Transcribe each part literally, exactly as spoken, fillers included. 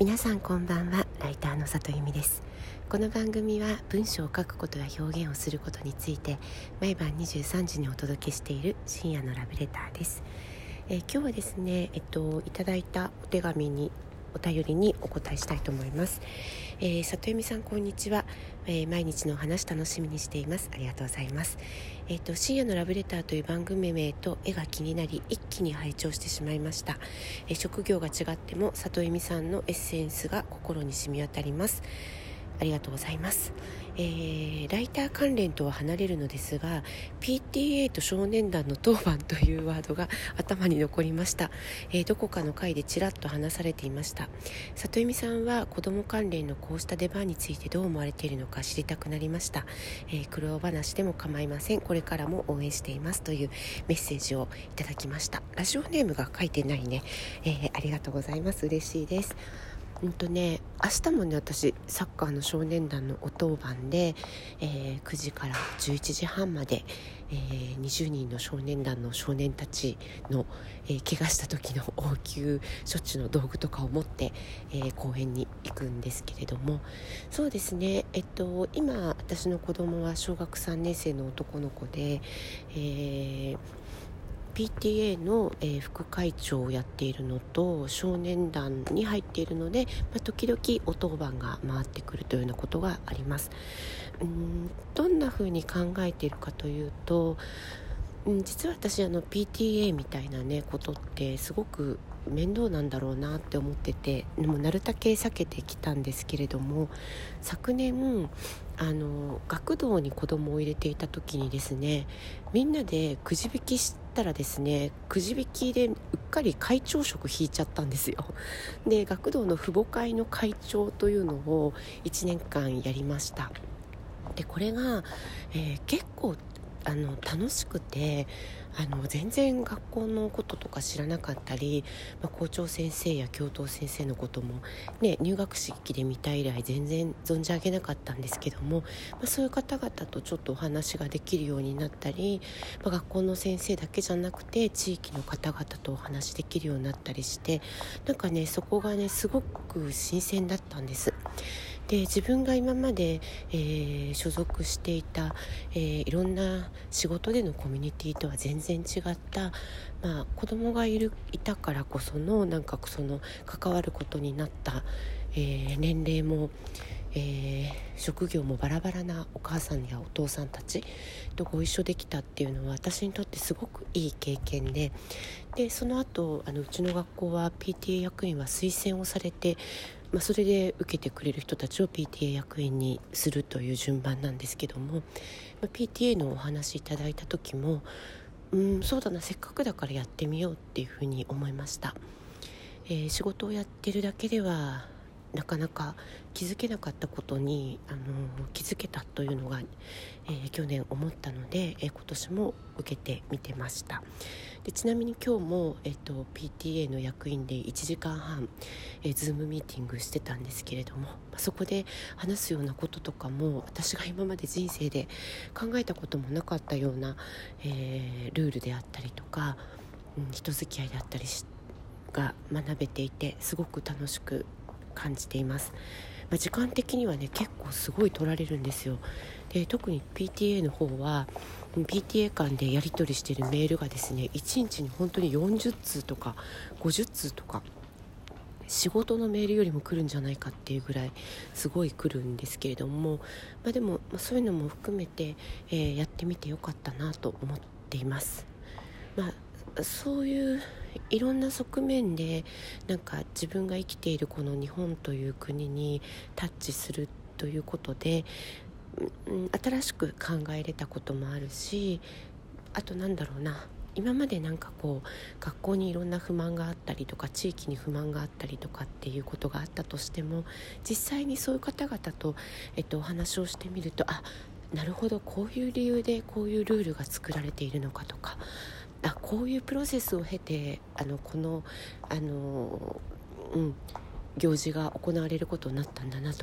皆さんこんばんは。ライターの里由美です。この番組は文章を書くことや表現をすることについて毎晩にじゅうさんじにお届けしている深夜のラブレターです。えー、今日はですね、えっと、いただいたお手紙にお便りにお答えしたいと思います。えー、里由美さんこんにちは、えー、毎日のお話楽しみにしています。ありがとうございます。えーと、深夜のラブレターという番組名と絵が気になり一気に拝聴してしまいました。えー、職業が違っても里由美さんのエッセンスが心に染み渡ります。ありがとうございます。えー、ライター関連とは離れるのですが ピーティーエー と少年団の当番というワードが頭に残りました。えー、どこかの回でちらっと話されていました。里由美さんは子ども関連のこうした出番についてどう思われているのか知りたくなりました。えー、苦労話でも構いません。これからも応援していますというメッセージをいただきました。ラジオネームが書いてないね。えー、ありがとうございます。嬉しいです。うんとね、明日もね私サッカーの少年団のお当番で、えー、くじからじゅういちじはんまで、えー、にじゅうにんの少年団の少年たちの、えー、怪我した時の応急処置の道具とかを持って、えー、公園に行くんですけれども、そうですね、えっと今私の子供は小学さんねん生の男の子で、えーピーティーエー の、えー、副会長をやっているのと少年団に入っているので、まあ、時々お当番が回ってくるというようなことがあります。うーんどんな風に考えているかというと、うん、実は私あの ピーティーエー みたいなねことってすごく面倒なんだろうなって思ってて、でもなるだけ避けてきたんですけれども、昨年あの学童に子供を入れていた時にですね、みんなでくじ引きしたらですね、くじ引きでうっかり会長職引いちゃったんですよ。で学童の父母会の会長というのをいちねんかんやりました。でこれが、えー、結構あの楽しくて、あの全然学校のこととか知らなかったり、まあ、校長先生や教頭先生のことも、ね、入学式で見た以来全然存じ上げなかったんですけども、まあ、そういう方々とちょっとお話ができるようになったり、まあ、学校の先生だけじゃなくて地域の方々とお話できるようになったりして、なんかねそこがねすごく新鮮だったんです。で自分が今まで、えー、所属していた、えー、いろんな仕事でのコミュニティとは全然違った、まあ、子供がいるいたからこそのなんかその関わることになった、えー、年齢も、えー、職業もバラバラなお母さんやお父さんたちとご一緒できたっていうのは私にとってすごくいい経験で、でその後あのうちの学校は ピーティーエー 役員は推薦をされて、まあ、それで受けてくれる人たちを ピーティーエー 役員にするという順番なんですけども、まあ、ピーティーエー のお話いただいた時も、うんそうだな、せっかくだからやってみようっていうふうに思いました。えー、仕事をやってるだけではなかなか気づけなかったことに、あのー、気づけたというのが、えー、去年思ったので、えー、今年も受けてみてました。でちなみに今日も、えーと、ピーティーエー の役員でいちじかんはん、えー、ズームミーティングしてたんですけれども、そこで話すようなこととかも私が今まで人生で考えたこともなかったような、えー、ルールであったりとか、うん、人付き合いであったりしが学べていてすごく楽しく感じています。まあ、時間的にはね結構すごい取られるんですよ。で特に ピーティーエー の方は ピーティーエー 間でやり取りしているメールがですねいちにちに本当によんじゅっつうとかごじゅっつうとか仕事のメールよりも来るんじゃないかっていうぐらいすごい来るんですけれども、まあ、でも、まあ、そういうのも含めて、えー、やってみてよかったなと思っています。まあ、そういういろんな側面でなんか自分が生きているこの日本という国にタッチするということで、うん、新しく考えれたこともあるし、あとなんだろうな、今までなんかこう学校にいろんな不満があったりとか地域に不満があったりとかっていうことがあったとしても、実際にそういう方々と、えっと、お話をしてみると、あ、なるほど、こういう理由でこういうルールが作られているのかとか、あ、こういうプロセスを経てあのこの、あの、うん、行事が行われることになったんだなとか、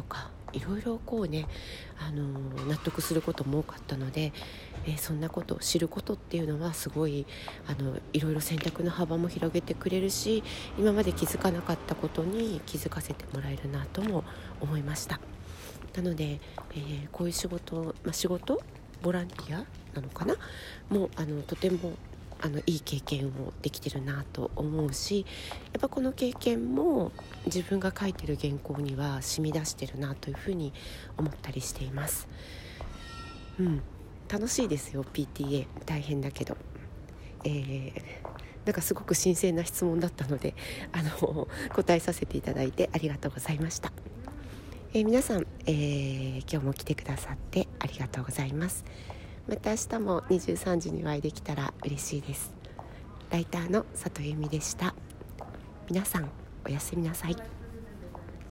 いろいろこうね、あの納得することも多かったので、えー、そんなことを知ることっていうのはすごいあのいろいろ選択の幅も広げてくれるし、今まで気づかなかったことに気づかせてもらえるなとも思いました。なので、えー、こういう仕事、まあ、仕事ボランティアなのかなもうあのとてもあのいい経験をできてるなと思うし、やっぱこの経験も自分が書いてる原稿には染み出してるなというふうに思ったりしています。うん、楽しいですよ ピーティーエー。 大変だけど、えー、なんかすごく新鮮な質問だったのであの答えさせていただいてありがとうございました。えー、皆さん、えー、今日も来てくださってありがとうございます。また明日もにじゅうさんじにお会いできたら嬉しいです。ライターの里由美でした。皆さんおやすみなさい。